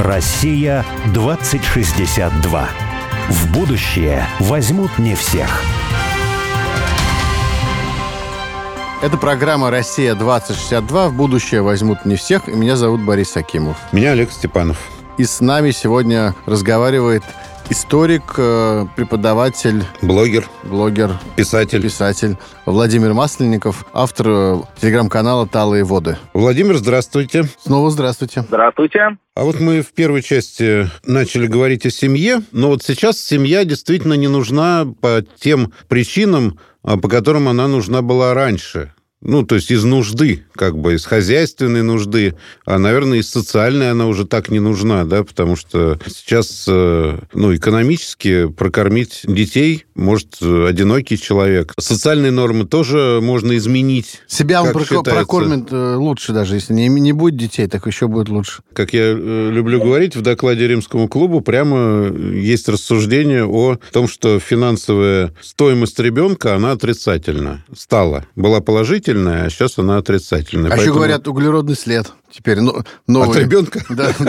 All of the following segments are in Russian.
Россия 2062. В будущее возьмут не всех. Это программа «Россия-2062». В будущее возьмут не всех. И меня зовут Борис Акимов. Меня Олег Степанов. И с нами сегодня разговаривает историк, преподаватель... Блогер. Писатель Владимир Масленников, автор телеграм-канала «Талые воды». Владимир, здравствуйте. Снова здравствуйте. Здравствуйте. А вот мы в первой части начали говорить о семье, но вот сейчас семья действительно не нужна по тем причинам, по которым она нужна была раньше. Ну, то есть из нужды, как бы, из хозяйственной нужды, а, наверное, из социальной она уже так не нужна, да, потому что сейчас, экономически прокормить детей может одинокий человек. Социальные нормы тоже можно изменить. Себя он прокормит лучше даже, если не будет детей, так еще будет лучше. Как я люблю говорить, в докладе Римскому клубу прямо есть рассуждение о том, что финансовая стоимость ребенка, она отрицательна. Была положительная, а сейчас она отрицательная. Поэтому... еще говорят, углеродный след. Теперь новый... От ребенка?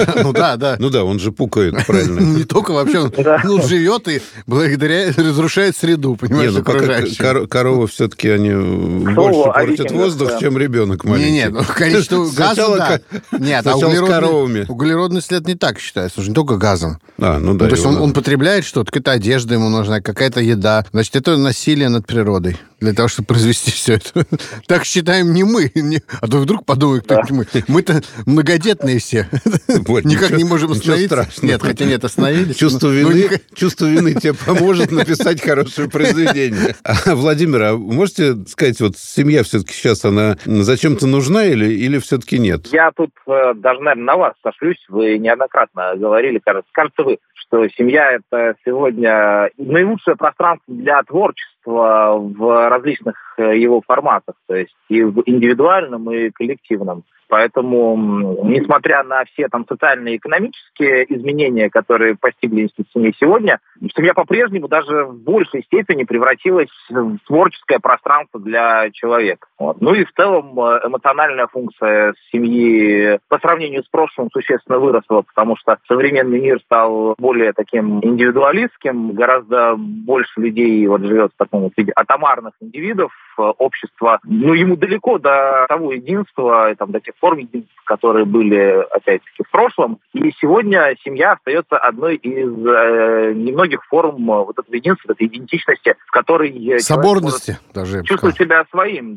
Да. Ну да, он же пукает, правильно. Не только вообще, он живет и благодаря разрушает среду, понимаешь, окружающую. Коровы все-таки они больше портят воздух, чем ребенок маленький. Нет, количество газа, да. Нет, а углеродный след не так считается, уже не только газом. То есть он потребляет что-то, какая-то одежда ему нужна, какая-то еда. Значит, это насилие над природой для того, чтобы произвести все это. Так считаем не мы. А то вдруг подумают, кто мы. Мы-то многодетные все. Никак не можем остановиться. Нет, остановились. Чувство вины тебе поможет написать хорошее произведение. Владимир, а можете сказать, вот семья все-таки сейчас, она зачем-то нужна или все-таки нет? Я тут даже, наверное, на вас сошлюсь. Вы неоднократно говорили, кажется, вы, что семья – это сегодня наилучшее пространство для творчества в различных его форматах, то есть и в индивидуальном, и коллективном. Поэтому, несмотря на все там социальные и экономические изменения, которые постигли институт семьи сегодня, семья по-прежнему даже в большей степени превратилась в творческое пространство для человека. Вот. Ну и в целом эмоциональная функция семьи по сравнению с прошлым существенно выросла, потому что современный мир стал более таким индивидуалистским, гораздо больше людей живет в таком виде атомарных индивидов, общество, ему далеко до того единства, до тех форм единства, которые были, опять-таки, в прошлом. И сегодня семья остается одной из немногих форм этого единства, этой идентичности, в которой соборности даже чувствовать себя своим,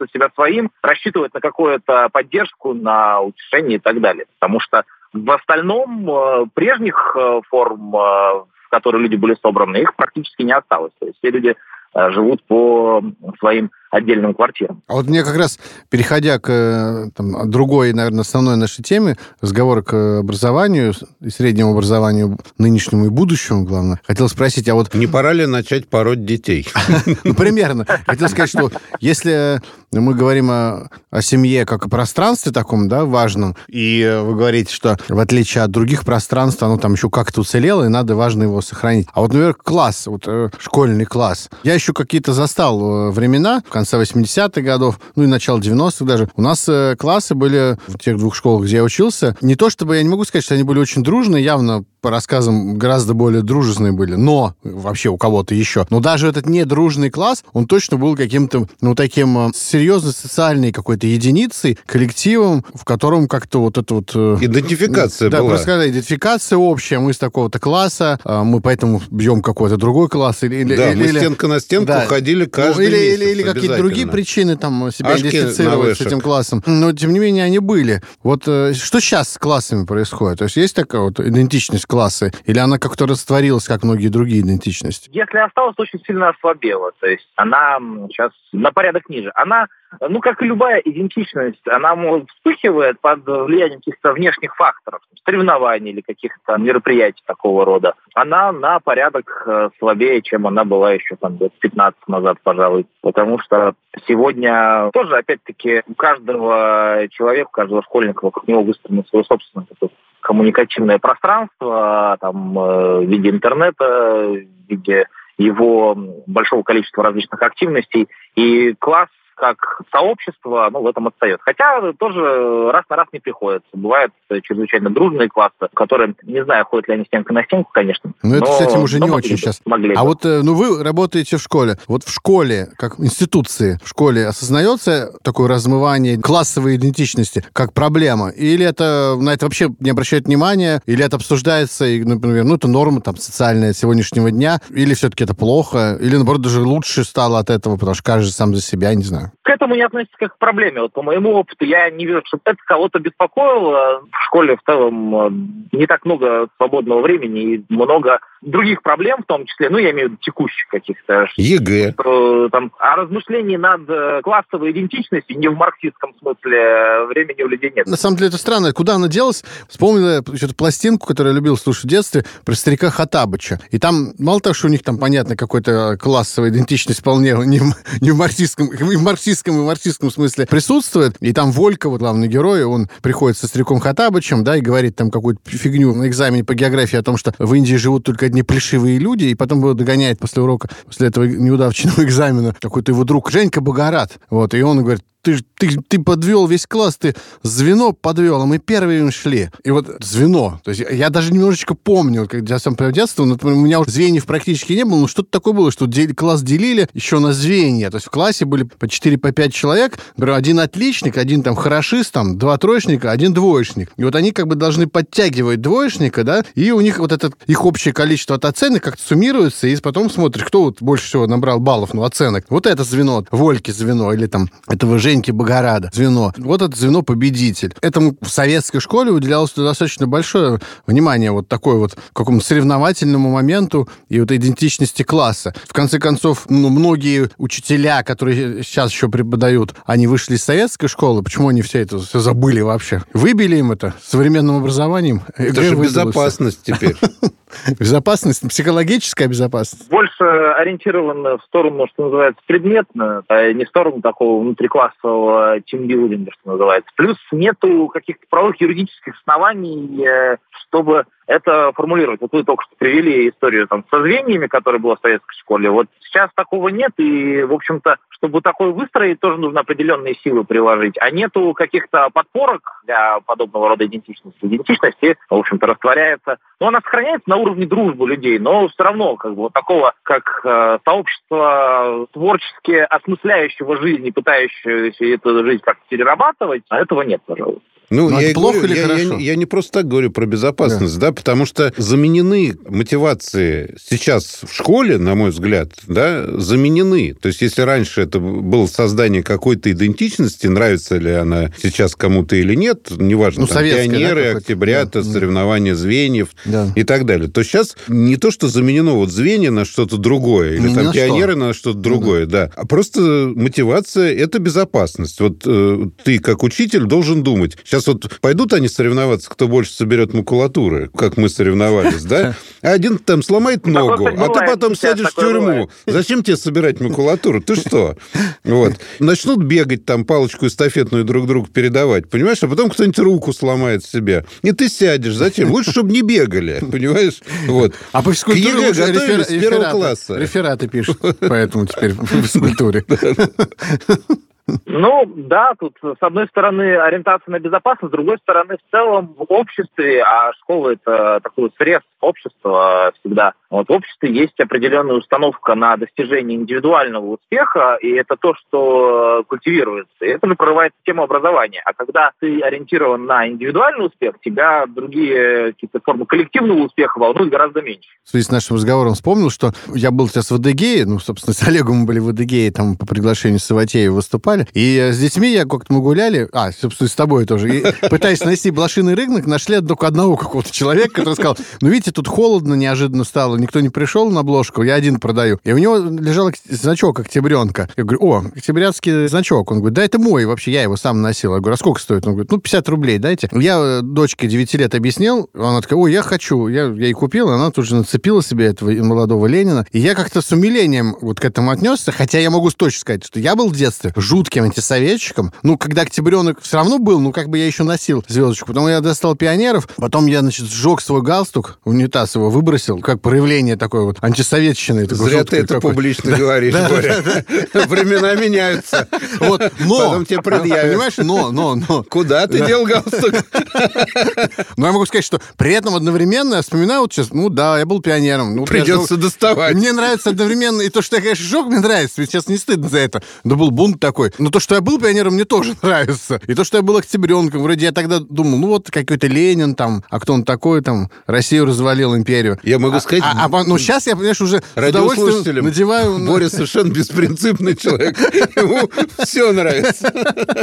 рассчитывать на какую-то поддержку, на утешение и так далее. Потому что в остальном прежних форм, в которые люди были собраны, их практически не осталось. То есть все люди живут по своим отдельным квартирам. А вот мне как раз, переходя к другой, наверное, основной нашей теме, разговор к образованию, и среднему образованию нынешнему и будущему, главное, хотел спросить, а вот... Не пора ли начать пороть детей? Примерно. Хотел сказать, что если мы говорим о семье как о пространстве таком, важном, и вы говорите, что в отличие от других пространств, оно там еще как-то уцелело, и важно его сохранить. А вот, например, класс, школьный класс. Я еще какие-то застал времена, в конце 80-х годов, и начало 90-х даже. У нас классы были в тех двух школах, где я учился. Не то чтобы, я не могу сказать, что они были очень дружные, явно по рассказам гораздо более дружественные были, но вообще у кого-то еще. Но даже этот недружный класс, он точно был каким-то, таким серьезно социальной какой-то единицей, коллективом, в котором как-то идентификация была. Да, просто когда идентификация общая, мы из такого-то класса, мы поэтому бьем какой-то другой класс. Мы стенка на стенку ходили каждый месяц. Или какие-то другие причины себя идентифицировать с этим классом. Но, тем не менее, они были. Вот что сейчас с классами происходит? То есть есть такая идентичность классы? Или она как-то растворилась, как многие другие идентичности? Если осталась, то очень сильно ослабела. То есть она сейчас на порядок ниже. Она, как и любая идентичность, она вспыхивает под влиянием каких-то внешних факторов, соревнований или каких-то мероприятий такого рода. Она на порядок слабее, чем она была еще лет 15 назад, пожалуй. Потому что сегодня тоже, опять-таки, у каждого человека, у каждого школьника вокруг него выстроено свое собственное коммуникативное пространство, в виде интернета, в виде его большого количества различных активностей. И класс как сообщество, в этом отстает. Хотя тоже раз на раз не приходится. Бывают чрезвычайно дружные классы, которые, не знаю, ходят ли они стенка на стенку, конечно. Но это, кстати, уже не очень сейчас. А вот, вы работаете в школе. Вот в школе, как институции, в школе осознается такое размывание классовой идентичности как проблема? Или это на это вообще не обращают внимания? Или это обсуждается, и, например, это норма социальная сегодняшнего дня? Или все-таки это плохо? Или, наоборот, даже лучше стало от этого, потому что каждый сам за себя, не знаю. К этому не относится как к проблеме. Вот по моему опыту я не вижу, чтобы это кого-то беспокоило. В школе в целом не так много свободного времени и много других проблем, в том числе, я имею в виду текущих каких-то. ЕГЭ. А размышлений над классовой идентичностью не в марксистском смысле времени у людей нет. На самом деле это странно. Куда она делась? Вспомнила что-то пластинку, которую я любил слушать в детстве, про старика Хоттабыча. И там, мало того, что у них там, понятно, какой-то классовая идентичность вполне не в марксистском, и в марксистском смысле присутствует. И там Волька, главный герой, он приходит со стариком Хоттабычем, и говорит там какую-то фигню на экзамене по географии о том, что в Индии живут только одни плешивые люди, и потом его догоняет после урока, после этого неудавчивого экзамена какой-то его друг Женька Богорат. И он говорит: ты подвел весь класс, ты звено подвел, а мы первыми шли. И звено. То есть я даже немножечко помню, когда я сам по детству, например, у меня уже звеньев практически не было, но что-то такое было, что класс делили еще на звенья. То есть в классе были по 4-5 человек, например, один отличник, один хорошист, 2 троечника, один двоечник. И они должны подтягивать двоечника, и у них их общее количество от оценок как-то суммируется, и потом смотришь, кто больше всего набрал баллов, оценок. Это звено, Вольки звено, или этого Женьки Богорада звено. Это звено победитель. Этому в советской школе уделялось достаточно большое внимание такой какому-то соревновательному моменту и идентичности класса. В конце концов, многие учителя, которые сейчас еще преподают, они вышли из советской школы. Почему они все забыли вообще? Выбили им это современным образованием. Это же безопасность теперь. Безопасность, психологическая безопасность. Больше ориентирована в сторону, что называется, предметно, а не в сторону такого внутриклассового тимбилдинга, что называется. Плюс нету каких-то правовых юридических оснований, чтобы это формулировать. Вы только что привели историю со звеньями, которая была в советской школе. Сейчас такого нет, и, в общем-то, чтобы такое выстроить, тоже нужно определенные силы приложить. А нету каких-то подпорок для подобного рода идентичности. Идентичность, в общем-то, растворяется. Она сохраняется на уровне дружбы людей, но все равно такого, как сообщество творчески осмысляющего жизнь, пытающегося эту жизнь как-то перерабатывать, этого нет, пожалуй. Я плохо или хорошо? Я не просто так говорю про безопасность, потому что заменены мотивации сейчас в школе, на мой взгляд, заменены. То есть, если раньше это было создание какой-то идентичности, нравится ли она сейчас кому-то или нет, неважно, пионеры, октябрята, соревнования звеньев и так далее, то сейчас не то, что заменено звенья на что-то другое, или пионеры на что-то другое, а просто мотивация – это безопасность. Ты, как учитель, должен думать, сейчас пойдут они соревноваться, кто больше соберет макулатуры, как мы соревновались, а один сломает ногу, а ты потом сядешь в тюрьму. Зачем тебе собирать макулатуру? Ты что? Начнут бегать палочку эстафетную друг другу передавать, понимаешь? А потом кто-нибудь руку сломает себе. И ты сядешь. Зачем? Лучше, чтобы не бегали, понимаешь? А по физкультуре готовились с первого класса. Рефераты пишут, поэтому теперь в физкультуре. Тут, с одной стороны, ориентация на безопасность, с другой стороны, в целом, в обществе, а школа – это такой срез общества всегда. В обществе есть определенная установка на достижение индивидуального успеха, и это то, что культивируется. И это же прорывается тема образования. А когда ты ориентирован на индивидуальный успех, тебя другие какие-то формы коллективного успеха волнуют гораздо меньше. В связи с нашим разговором вспомнил, что я был сейчас в Адыгее, собственно, с Олегом мы были в Адыгее, по приглашению Саватеева выступали, и с детьми мы гуляли, собственно, с тобой тоже, и пытаясь найти блошиный рынок, нашли только одного какого-то человека, который сказал: видите, тут холодно неожиданно стало, никто не пришел на бложку, я один продаю. И у него лежал значок октябренка. Я говорю: октябрятский значок. Он говорит: это мой, вообще, я его сам носил. Я говорю: а сколько стоит? Он говорит: 50 рублей дайте. Я дочке 9 лет объяснил, она такая: я хочу. Я ей купил, она тут же нацепила себе этого молодого Ленина. И я как-то с умилением к этому отнесся, хотя я могу точно сказать, что я был в детстве жутко жутким антисоветчиком. Ну, когда октябренок все равно был, ну, как бы я еще носил звездочку. Потом я достал пионеров, потом я, значит, сжег свой галстук, в унитаз его выбросил, как проявление такой вот антисоветчины. Зря ты это публично говоришь, Боря. Времена меняются. Вот, но... Потом тебе предъявят. Понимаешь, но... Куда ты дел галстук? Но я могу сказать, что при этом одновременно я вспоминаю вот сейчас, ну да, я был пионером. Ну, придется доставать. Мне нравится одновременно, и то, что я, конечно, сжег, мне нравится, ведь сейчас не стыдно за это. Да был бунт такой. Но то, что я был пионером, мне тоже нравится. И то, что я был октябренком, вроде я тогда думал, ну вот какой-то Ленин там, а кто он такой там, Россию развалил, империю. Я могу сказать... Ну сейчас я, понимаешь, уже с удовольствием надеваю... Боря совершенно беспринципный человек. Ему все нравится.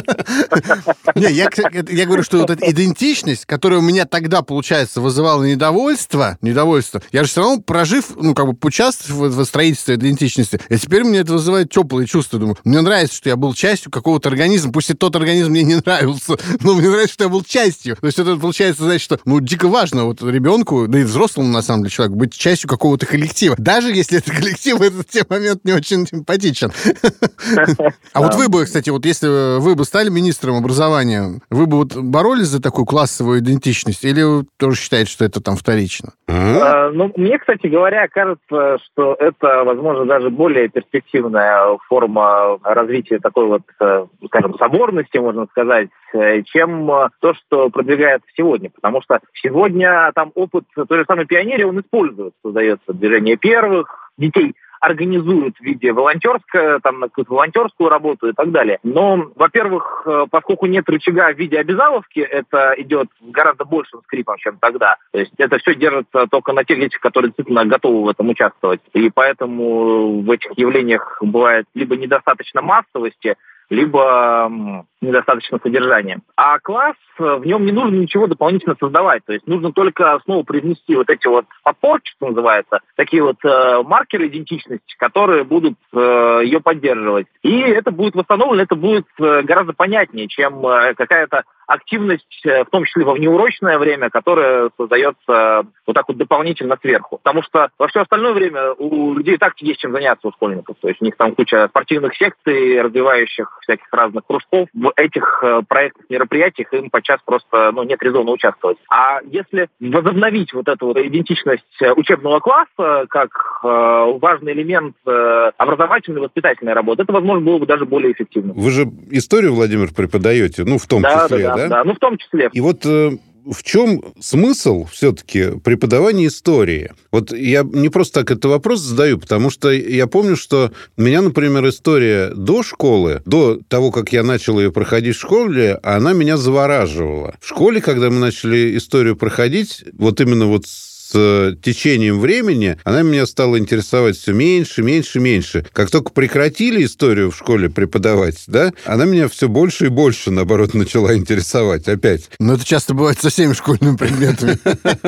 Не, я говорю, что вот эта идентичность, которая у меня тогда, получается, вызывала недовольство, я же все равно, прожив, ну, как бы, поучаствовав в строительстве идентичности, и теперь мне это вызывает теплые чувства. Думаю, мне нравится, что я был частью какого-то организма, пусть и тот организм мне не нравился, но мне нравится, что я был частью. То есть это получается, значит, что, ну, дико важно вот ребенку, да и взрослому, на самом деле, человеку, быть частью какого-то коллектива. Даже если это коллектив, этот в момент не очень симпатичен. А вот вы бы, кстати, вот если вы бы стали министром образования, вы бы вот боролись за такую классовую идентичность, или вы тоже считаете, что это там вторично? Ну, мне, кстати говоря, кажется, что это, возможно, даже более перспективная форма развития такой вот, скажем, соборности, можно сказать, чем то, что продвигается сегодня. Потому что сегодня там опыт той же самой пионерии, он используется. Создается движение первых, детей организуют в виде волонтерской, там, на какую-то волонтерскую работу и так далее. Но, во-первых, поскольку нет рычага в виде обязаловки, это идет с гораздо большим скрипом, чем тогда. То есть это все держится только на тех детях, которые действительно готовы в этом участвовать. И поэтому в этих явлениях бывает либо недостаточно массовости, либо недостаточно содержания. А класс, в нем не нужно ничего дополнительно создавать. То есть нужно только снова привнести вот эти вот подпорки, что называется, такие вот маркеры идентичности, которые будут ее поддерживать. И это будет восстановлено, это будет гораздо понятнее, чем какая-то активность, в том числе во внеурочное время, которая создается вот так вот дополнительно сверху. Потому что во все остальное время у людей так есть чем заняться, у школьников. То есть у них там куча спортивных секций, развивающих всяких разных кружков. В этих проектах, мероприятиях им подчас просто нет резона участвовать. А если возобновить вот эту вот идентичность учебного класса как важный элемент образовательной, воспитательной работы, это, возможно, было бы даже более эффективно. Вы же историю, Владимир, преподаете, в том числе, да? Да, в том числе. И вот в чем смысл все-таки преподавания истории? Вот я не просто так этот вопрос задаю, потому что я помню, что меня, например, история до школы, до того, как я начал ее проходить в школе, она меня завораживала. В школе, когда мы начали историю проходить, вот именно вот с течением времени она меня стала интересовать все меньше, меньше, меньше. Как только прекратили историю в школе преподавать, да, она меня все больше и больше, наоборот, начала интересовать опять. Но это часто бывает со всеми школьными предметами.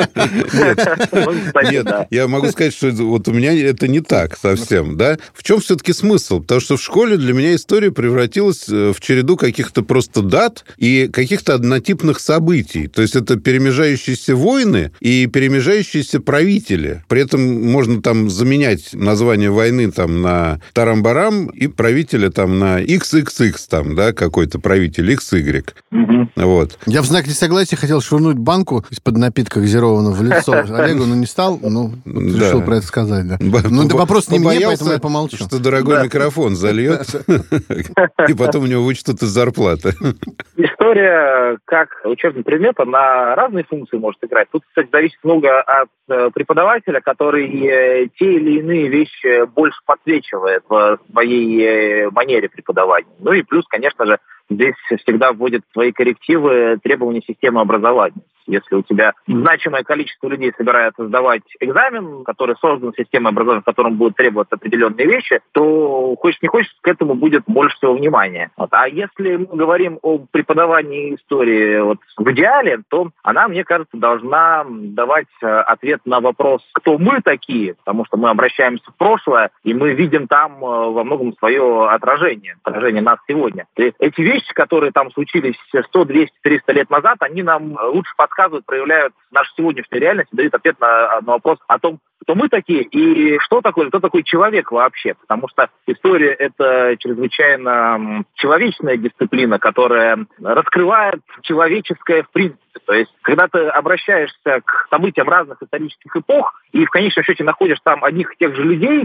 Нет, я могу сказать, что вот у меня это не так совсем, да. В чем все-таки смысл? Потому что в школе для меня история превратилась в череду каких-то просто дат и каких-то однотипных событий. То есть это перемежающиеся войны и перемежающиеся правители. При этом можно там заменять название войны там на Тарам-Барам и правителя там на XXX, там, да, какой-то правитель XY. Вот. Я в знак несогласия хотел швырнуть банку из-под напитка газированного в лицо Олегу, но не стал, решил про это сказать, да. Это вопрос не мне, поэтому я помолчу. Что дорогой микрофон зальет, и потом у него вычтут из зарплаты. История как учебный предмет, она разные функции может играть. Тут, кстати, зависит много от преподавателя, который те или иные вещи больше подсвечивает в своей манере преподавания. Ну и плюс, конечно же, здесь всегда вводят свои коррективы требования системы образования. Если у тебя значимое количество людей собирается сдавать экзамен, который создан системой образования, в котором будут требоваться определенные вещи, то, хочешь не хочешь, к этому будет больше всего внимания. А если мы говорим о преподавании истории в идеале, то она, мне кажется, должна давать ответ на вопрос, кто мы такие, потому что мы обращаемся в прошлое, и мы видим там во многом свое отражение нас сегодня. И эти вещи, которые там случились 100, 200, 300 лет назад, они нам лучше подсказывают, проявляют нашу сегодняшнюю реальность и дают ответ на вопрос о том, кто мы такие и кто такой человек вообще. Потому что история – это чрезвычайно человечная дисциплина, которая раскрывает человеческое в принципе. То есть, когда ты обращаешься к событиям разных исторических эпох и в конечном счете находишь там одних и тех же людей,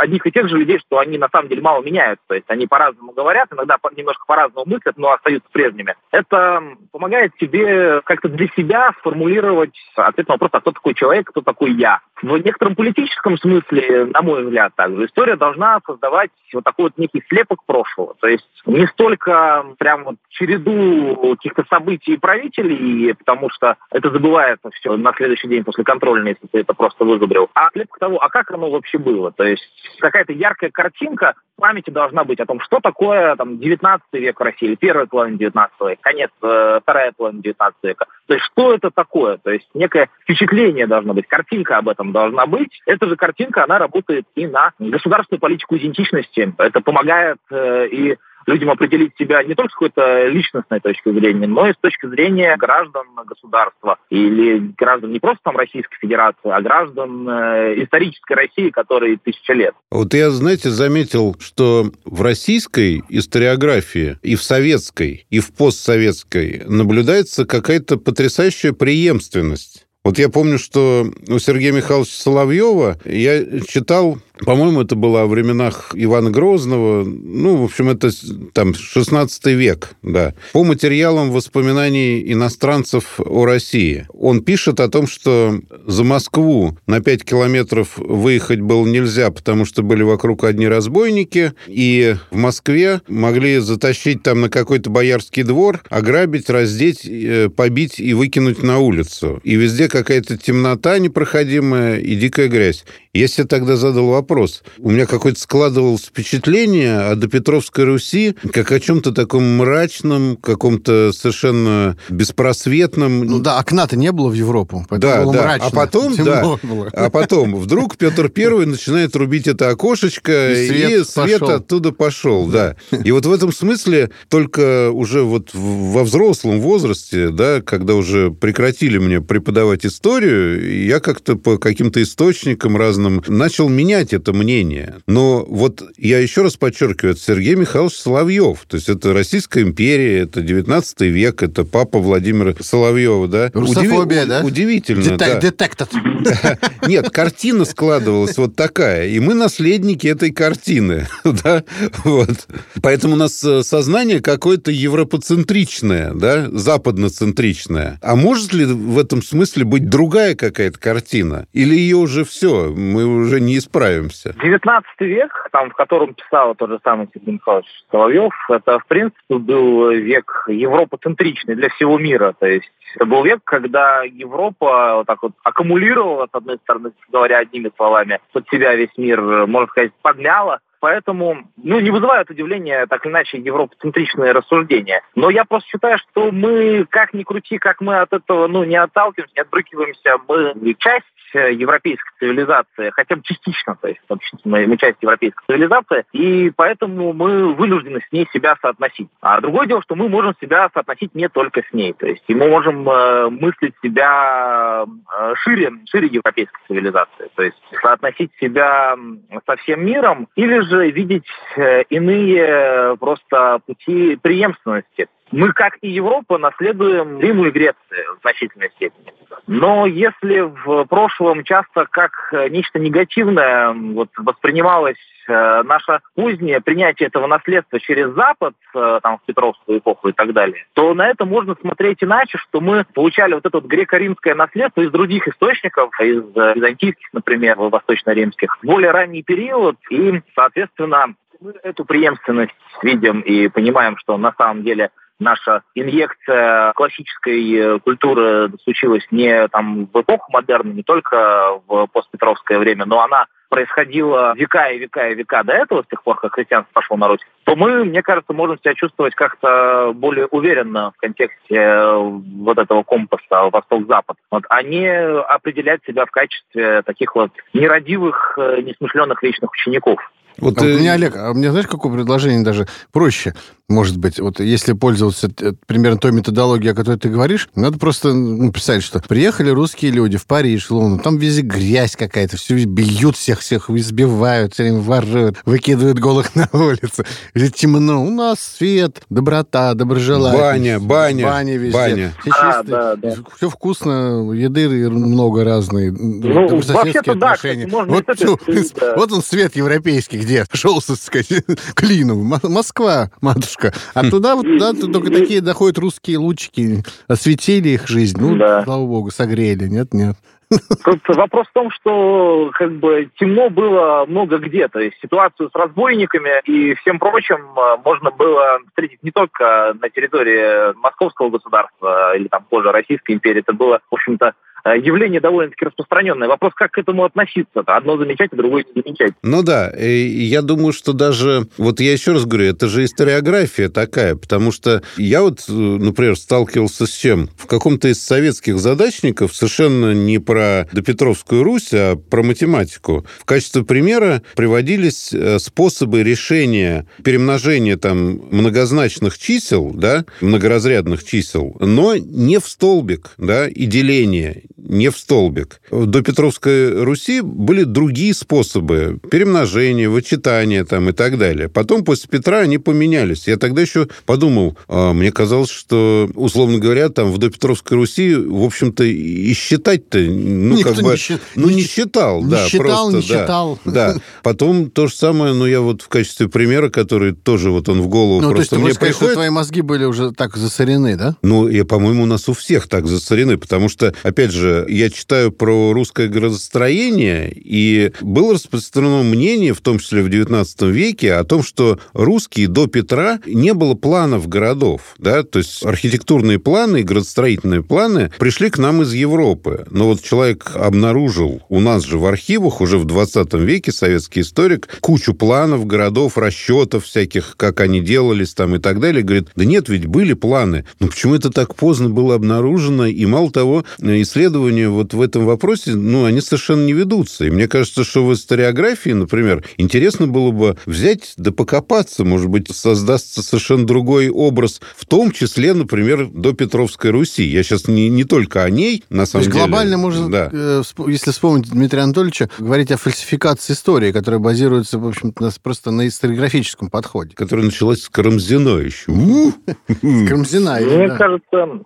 что они на самом деле мало меняются. То есть, они по-разному говорят, иногда немножко по-разному мыслят, но остаются прежними. Это помогает тебе как-то для себя сформулировать ответ на вопрос, а кто такой человек, кто такой я. В некотором политическом смысле, на мой взгляд, также история должна создавать вот такой вот некий слепок прошлого. То есть не столько прям вот череду каких-то событий и правителей, потому что это забывается все на следующий день после контрольной, если ты это просто вызубрил, а слепок того, а как оно вообще было. То есть какая-то яркая картинка в памяти должна быть о том, что такое там 19 век в России, первая половина 19 века, конец, вторая половина 19 века. То есть что это такое? То есть некое впечатление должно быть, картинка об этом должна быть. Эта же картинка, она работает и на государственную политику идентичности. Это помогает и людям определить себя не только с какой-то личностной точки зрения, но и с точки зрения граждан государства. Или граждан не просто там Российской Федерации, а граждан исторической России, которой 1000 лет. Вот я, знаете, заметил, что в российской историографии и в советской, и в постсоветской наблюдается какая-то потрясающая преемственность. Вот я помню, что у Сергея Михайловича Соловьева я читал, по-моему, это было о временах Ивана Грозного, в общем, это там 16 век, да, по материалам воспоминаний иностранцев о России. Он пишет о том, что за Москву на 5 километров выехать было нельзя, потому что были вокруг одни разбойники, и в Москве могли затащить там на какой-то боярский двор, ограбить, раздеть, побить и выкинуть на улицу. И везде какая-то темнота непроходимая и дикая грязь. Я себе тогда задал вопрос. У меня какое-то складывалось впечатление о допетровской Руси как о чем-то таком мрачном, каком-то совершенно беспросветном. Окна-то не было в Европу, поэтому было мрачно. А потом вдруг Петр Первый начинает рубить это окошечко, и свет оттуда пошел. Да. И вот в этом смысле только уже вот во взрослом возрасте, да, когда уже прекратили мне преподавать историю, я как-то по каким-то источникам разным начал менять это мнение. Но вот я еще раз подчеркиваю, это Сергей Михайлович Соловьев. То есть это Российская империя, это 19 век, это папа Владимира Соловьева, да? Русофобия, да? Удивительно, Детектор. Нет, картина складывалась вот такая, и мы наследники этой картины, да? Вот. Поэтому у нас сознание какое-то европоцентричное, да, западноцентричное. А может ли в этом смысле быть другая какая-то картина? Или ее уже все, мы уже не исправимся? 19 век, в котором писал тот же самый Сергей Михайлович Соловьев, это, в принципе, был век европоцентричный для всего мира. То есть это был век, когда Европа вот так вот аккумулировала, с одной стороны, говоря одними словами, под себя весь мир, можно сказать, подмяла. Поэтому, не вызывают удивления, так или иначе, европоцентричные рассуждения. Но я просто считаю, что мы, как ни крути, как мы от этого, не отталкиваемся, не отбрыкиваемся, мы часть европейской цивилизации, хотя бы частично, то есть мы часть европейской цивилизации, и поэтому мы вынуждены с ней себя соотносить. А другое дело, что мы можем себя соотносить не только с ней, то есть и мы можем мыслить себя шире европейской цивилизации, то есть соотносить себя со всем миром, или же видеть иные просто пути преемственности. Мы, как и Европа, наследуем Риму и Греции в значительной степени. Но если в прошлом часто как нечто негативное воспринималось наше позднее принятие этого наследства через Запад, в Петровскую эпоху и так далее, то на это можно смотреть иначе, что мы получали вот это вот греко-римское наследство из других источников, из византийских, например, восточно-римских, в более ранний период, и, соответственно, мы эту преемственность видим и понимаем, что на самом деле наша инъекция классической культуры случилась не в эпоху модерна, не только в постпетровское время, но она происходила века и века и века до этого, с тех пор, как христианство пошло на Русь, то мы, мне кажется, можем себя чувствовать как-то более уверенно в контексте вот этого компаса Восток-Запад, а не определять себя в качестве таких нерадивых, несмышленных вечных учеников. Олег, знаешь, какое предложение даже проще? может быть. Вот если пользоваться примерно той методологией, о которой ты говоришь, надо просто представить, что приехали русские люди в Париж, в Лондон, там везде грязь какая-то, все бьют всех избивают, все время воруют, выкидывают голых на улицу. Везде темно. У нас свет, доброта, доброжелание. Баня везде. Все чистые. Все вкусно, еды много разной. Вообще-то да, кстати, можно вот он свет европейский, где шел, так сказать, клином. Москва, матушка. А туда только такие доходят русские лучики, осветили их жизнь. Слава богу, согрели. Нет. Тут вопрос в том, что темно было много где. То есть ситуацию с разбойниками и всем прочим можно было встретить не только на территории Московского государства или там позже Российской империи. Это было, в общем-то, явление довольно-таки распространенное. Вопрос, как к этому относиться-то? Одно замечать, а другое не замечать. И я думаю, что даже... Вот я еще раз говорю, это же историография такая, потому что я например, сталкивался с чем? В каком-то из советских задачников, совершенно не про допетровскую Русь, а про математику, в качестве примера приводились способы решения перемножения там многозначных чисел, да, многоразрядных чисел, но не в столбик, да, и деления не в столбик. В допетровской Руси были другие способы перемножения, вычитания там и так далее. Потом, после Петра, они поменялись. Я тогда еще подумал, мне казалось, что, условно говоря, там в допетровской Руси, в общем-то, и считать-то, не считал. Не считал. Да. Потом то же самое, я в качестве примера, который тоже он в голову просто то есть, мне приходит. Что твои мозги были уже так засорены, да? По-моему, у нас у всех так засорены, потому что, опять же, я читаю про русское градостроение, и было распространено мнение, в том числе в XIX веке, о том, что русские до Петра не было планов городов, да, то есть архитектурные планы и градостроительные планы пришли к нам из Европы. Но человек обнаружил у нас же в архивах уже в XX веке, советский историк, кучу планов городов, расчетов всяких, как они делались там и так далее. Говорит, да нет, ведь были планы. Но почему это так поздно было обнаружено? И мало того, исследования в этом вопросе, они совершенно не ведутся. И мне кажется, что в историографии, например, интересно было бы взять да покопаться, может быть, создастся совершенно другой образ, в том числе, например, до Петровской Руси. Я сейчас не только о ней, на самом деле. То есть глобально можно, если вспомнить Дмитрия Анатольевича, говорить о фальсификации истории, которая базируется, в общем-то, просто на историографическом подходе. Которая началась с Карамзина еще. С Карамзина. Мне кажется,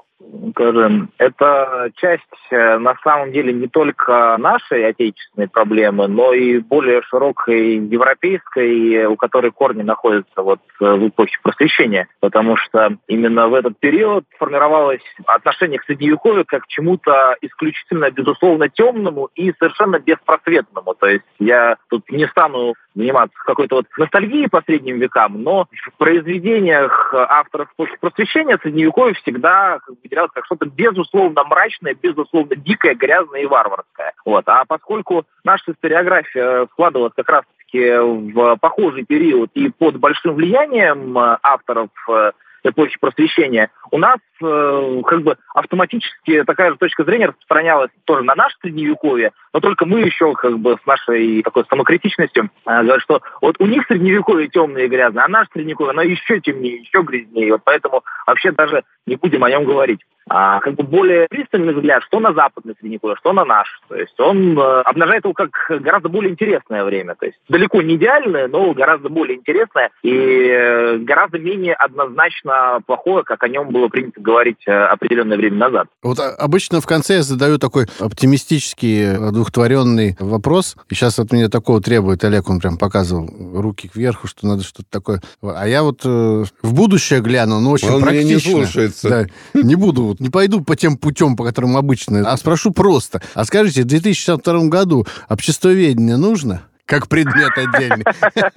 это часть, на самом деле, не только нашей отечественной проблемы, но и более широкой европейской, у которой корни находятся в эпохе Просвещения. Потому что именно в этот период формировалось отношение к Средневековью как к чему-то исключительно, безусловно, темному и совершенно беспросветному. То есть я тут не стану заниматься какой-то ностальгией по средним векам, но в произведениях авторов эпохи Просвещения Средневековье всегда выделялось как что-то безусловно мрачное, безусловно дикое, грязное и варварское. А поскольку наша историография складывалась как раз-таки в похожий период и под большим влиянием авторов эпохи Просвещения, у нас автоматически такая же точка зрения распространялась тоже на наше Средневековье, но только мы еще с нашей такой самокритичностью говорим, что у них Средневековье темное и грязное, а наше Средневековье, оно еще темнее, еще грязнее. Поэтому вообще даже не будем о нем говорить. Более пристальный взгляд, что на западное Средневековье, что на наш. То есть он обнажает его как гораздо более интересное время. То есть далеко не идеальное, но гораздо более интересное и гораздо менее однозначно плохое, как о нем было принято говорить определенное время назад. Обычно в конце я задаю такой оптимистический, одухотворенный вопрос. И сейчас от меня такого требует Олег, он прям показывал руки кверху, что надо что-то такое. А я в будущее гляну, но очень практично. Он меня не слушается. Да, не буду, не пойду по тем путем, по которым обычно, а спрошу просто. А скажите, в 2062 году обществоведение нужно? Как предмет отдельный.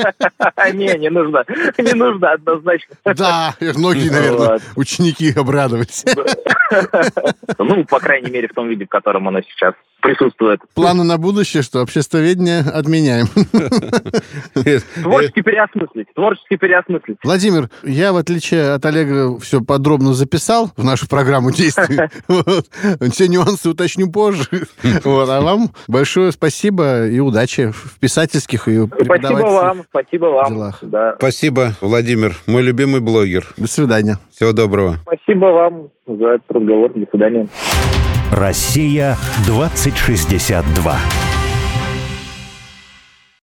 Не нужно. Не нужно однозначно. Да, многие, наверное, ученики обрадовались. По крайней мере, в том виде, в котором оно сейчас присутствует. Планы на будущее, что обществоведение отменяем. Творчески переосмыслить. Владимир, я, в отличие от Олега, все подробно записал в нашу программу действий. Все нюансы уточню позже. А вам большое спасибо и удачи в писательских и преподавательских Спасибо вам. делах. Да. Спасибо, Владимир, мой любимый блогер. До свидания. Всего доброго. Спасибо вам за этот разговор. До свидания. Россия 2062.